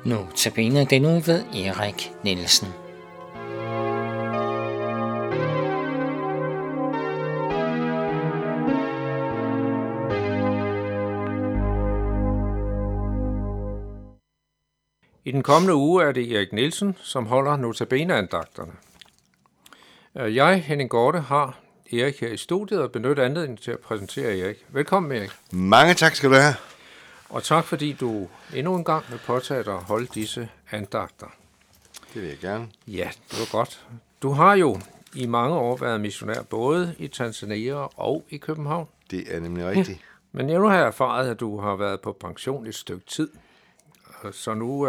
Notabene den uge ved Erik Nielsen. I den kommende uge er det Erik Nielsen, som holder notabene-andagterne. Jeg, Henning Gorte, har Erik her i studiet og benytter anledningen til at præsentere Erik. Velkommen, Erik. Mange tak skal du have. Og tak, fordi du endnu en gang vil påtage dig at holde disse andagter. Det vil jeg gerne. Ja, det var godt. Du har jo i mange år været missionær både i Tanzania og i København. Det er nemlig rigtigt. Men nu har jeg erfaret, at du har været på pension et stykke tid. Så nu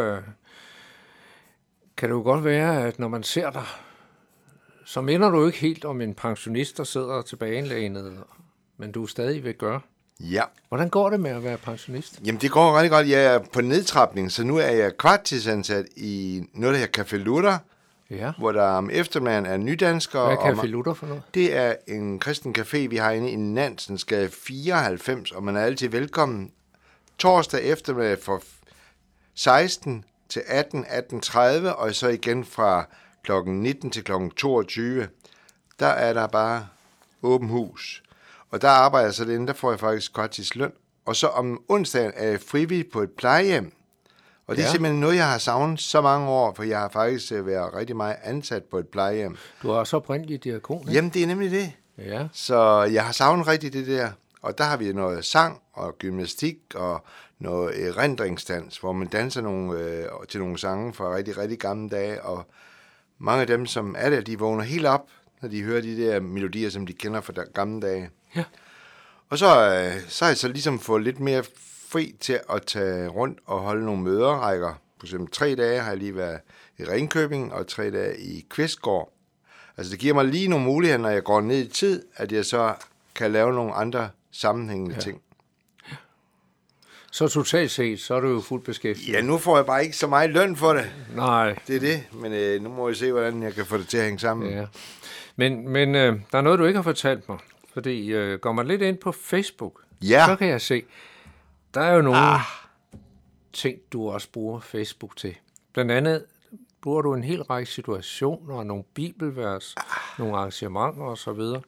kan det jo godt være, at når man ser dig, så minder du ikke helt om en pensionist, der sidder tilbagelænet, men du stadig vil gøre. Ja. Hvordan går det med at være pensionist? Jamen, det går rigtig godt. Jeg er på nedtrapning, så nu er jeg kvartidsansat i noget, der hedder Café Luther, Ja. hvor der om eftermiddagen er nydanskere. Hvad er Café Luther for noget? Det er en kristen café, vi har inde i Nansensgade 94, og man er altid velkommen torsdag eftermiddag fra 16 til 18:30, og så igen fra klokken 19 til klokken 22. Der er der bare åben hus. Og der arbejder jeg så derinde, der får jeg faktisk kvartidsløn. Og så om onsdagen er jeg frivillig på et plejehjem. Og det er simpelthen noget, jeg har savnet så mange år, for jeg har faktisk været rigtig meget ansat på et plejehjem. Du er også oprindelig diakon, ikke? Jamen, det er nemlig det. Ja. Så jeg har savnet rigtig det der. Og der har vi noget sang og gymnastik og noget erindringsdans, hvor man danser til nogle sange fra rigtig, rigtig gamle dage. Og mange af dem, som er der, de vågner helt op, når de hører de der melodier, som de kender fra gamle dage. Ja. Og så har jeg så ligesom fået lidt mere fri til at tage rundt og holde nogle møderækker. For eksempel 3 dage har jeg lige været i Ringkøbing, og 3 dage i Kvistgård. Altså det giver mig lige nogle muligheder, når jeg går ned i tid, at jeg så kan lave nogle andre sammenhængende ting. Så totalt set, så er du jo fuldt beskæftiget. Ja, nu får jeg bare ikke så meget løn for det. Nej. Det er det, men nu må jeg se, hvordan jeg kan få det til at hænge sammen. Ja. Men der er noget, du ikke har fortalt mig. Fordi går man lidt ind på Facebook, så kan jeg se, der er jo nogle ting, du også bruger Facebook til. Blandt andet bruger du en hel række situationer, nogle bibelvers, nogle arrangementer osv.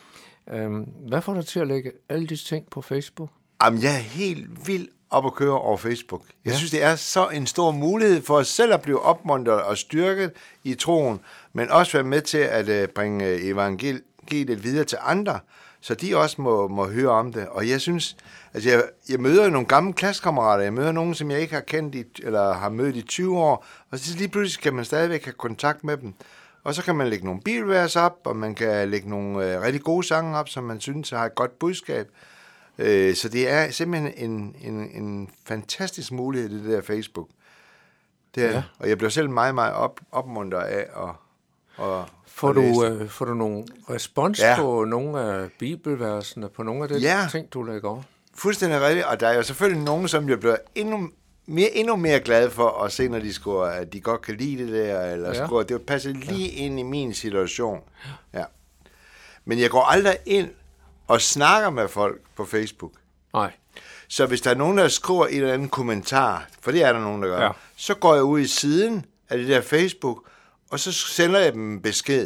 Hvad får dig til at lægge alle disse ting på Facebook? Jamen, jeg er helt vild op at køre over Facebook. Jeg synes, det er så en stor mulighed for os selv at blive opmuntret og styrket i troen, men også være med til at bringe evangeliet videre til andre, så de også må høre om det. Og jeg synes, altså jeg møder nogle gamle klassekammerater, jeg møder nogen, som jeg ikke har kendt eller har mødt i 20 år, og så lige pludselig kan man stadigvæk have kontakt med dem. Og så kan man lægge nogle bibelvers op, og man kan lægge nogle rigtig gode sange op, som man synes har et godt budskab. Så det er simpelthen en fantastisk mulighed, det der Facebook. Det er, og jeg bliver selv meget, meget opmuntret af at Får du nogle respons på nogle af bibelversene, på nogle af de ting, du lægger over? Fuldstændig rigtigt, og der er jo selvfølgelig nogen, som jeg bliver endnu mere glad for at se, når de skriver, at de godt kan lide det der, eller skriver, det passer lige ind i min situation. Ja. Men jeg går aldrig ind og snakker med folk på Facebook. Nej. Så hvis der er nogen, der skriver en eller anden kommentar, for det er der nogen, der gør, så går jeg ud i siden af det der Facebook, og så sender jeg dem en besked.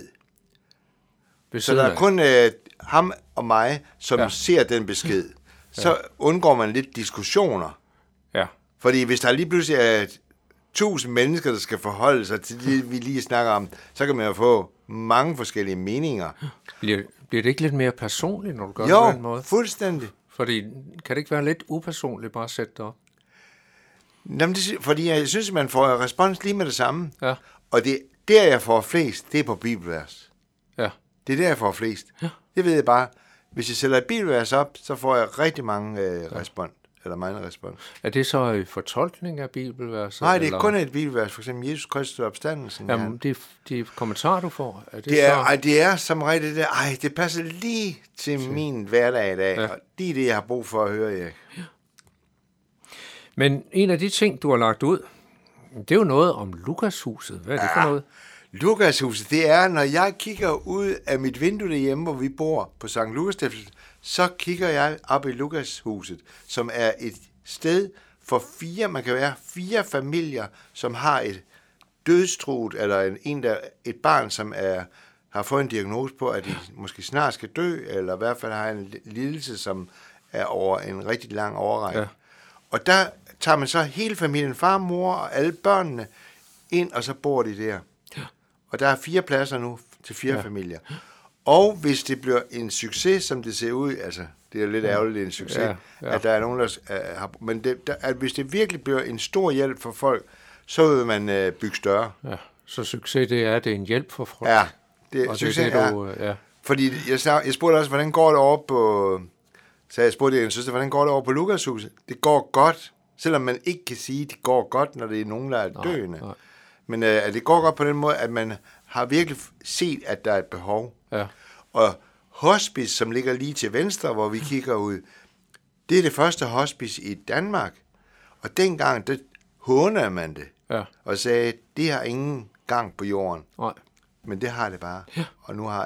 Så der er kun ham og mig, som ser den besked. Så undgår man lidt diskussioner. Ja. Fordi hvis der lige pludselig er 1000 mennesker, der skal forholde sig til det, vi lige snakker om, så kan man jo få mange forskellige meninger. Bliver det ikke lidt mere personligt, når du gør det på den måde? Jo, fuldstændig. Fordi kan det ikke være lidt upersonligt bare at sætte det op? Jamen, fordi jeg synes, man får respons lige med det samme. Ja. Og det der, jeg får flest, det er på bibelvers. Ja. Det er der, jeg får flest. Ja. Det ved jeg bare. Hvis jeg sætter et bibelvers op, så får jeg rigtig mange respons. Eller mange respons. Er det så fortolkning af bibelverset? Nej, det er kun et bibelvers. For eksempel Jesus Kristus opstandelsen. Jamen, de kommentarer, du får, det er som rigtig det der. Det passer lige til min hverdag i dag. Ja. Og det er det, jeg har brug for at høre, Erik. Ja. Men en af de ting, du har lagt ud, det er jo noget om Lukashuset. Hvad er det for noget? Lukashuset, det er, når jeg kigger ud af mit vindue derhjemme, hvor vi bor på Sankt Lukas Stiftelse, så kigger jeg op i Lukashuset, som er et sted for 4, man kan være 4 familier, som har et dødstruet, eller et barn, som har fået en diagnose på, at de måske snart skal dø, eller i hvert fald har en lidelse, som er over en rigtig lang årrække. Ja. Og der tager man så hele familien, far, mor og alle børnene ind, og så bor de der. Ja. Og der er 4 pladser nu til 4 familier. Og hvis det bliver en succes, som det ser ud, altså det er lidt ærgerligt, det er en succes, at der er nogen, der har... Men at hvis det virkelig bliver en stor hjælp for folk, så vil man bygge større. Ja, så succes, det er en hjælp for folk. Ja, det succes er. Fordi jeg spurgte også, hvordan går det over på... Så jeg spurgte en søster, hvordan går det over på Lukashuset? Det går godt, selvom man ikke kan sige, at det går godt, når det er nogen, der er døende. Nej. Men at det går godt på den måde, at man har virkelig set, at der er et behov. Ja. Og hospice, som ligger lige til venstre, hvor vi kigger ud, det er det første hospice i Danmark. Og dengang, der hånede man det. Ja. Og sagde, det har ingen gang på jorden. Nej. Men det har det bare. Ja. Og nu har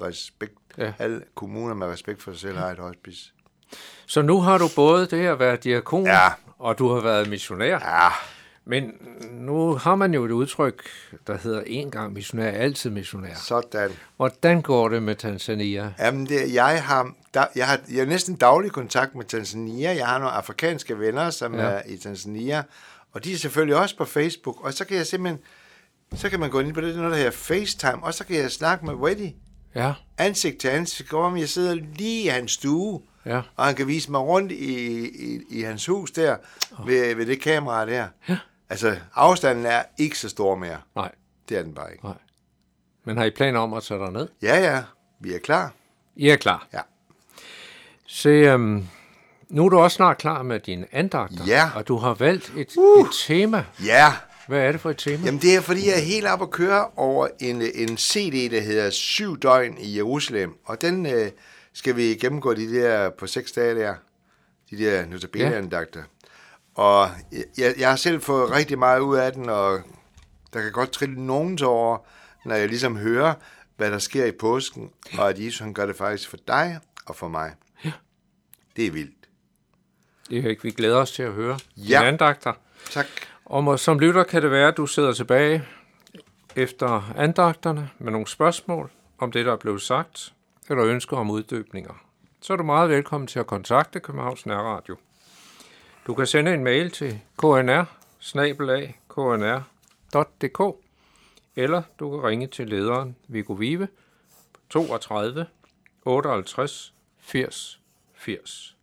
alle kommuner med respekt for sig selv har et hospice. Så nu har du både det at være diakon, og du har været missionær. Ja. Men nu har man jo et udtryk, der hedder en gang missionær, altid missionær. Sådan. Hvordan går det med Tanzania? Jamen, jeg har næsten daglig kontakt med Tanzania. Jeg har nogle afrikanske venner, som er i Tanzania, og de er selvfølgelig også på Facebook. Og så kan jeg så kan man gå ind på det, noget der hedder FaceTime, og så kan jeg snakke med Weddy. Ja. Ansigt til ansigt. Jeg sidder lige i hans stue, og han kan vise mig rundt i hans hus der, ved det kamera der. Ja. Altså, afstanden er ikke så stor mere. Nej. Det er den bare ikke. Nej. Men har I planer om at tage dig ned? Ja. Vi er klar. I er klar? Ja. Se, nu er du også snart klar med dine andagter. Ja. Og du har valgt et tema. Ja. Hvad er det for et tema? Jamen, det er, fordi jeg er helt oppe at køre over en CD, der hedder 7 døgn i Jerusalem. Og den skal vi gennemgå de der på 6 dage der. De der notabene-andagter. Og jeg har selv fået rigtig meget ud af den, og der kan godt trille nogen tårer, når jeg ligesom hører, hvad der sker i påsken, og at Jesus han gør det faktisk for dig og for mig. Ja. Det er vildt. Det er ikke. Vi glæder os til at høre dine andagter. Tak. Og som lytter kan det være, at du sidder tilbage efter andagterne med nogle spørgsmål om det, der er blevet sagt, eller ønsker om uddybninger. Så er du meget velkommen til at kontakte Københavns Nærradio. Du kan sende en mail til knr@knr.dk, eller du kan ringe til lederen Viggo Vive 32 58 80 80.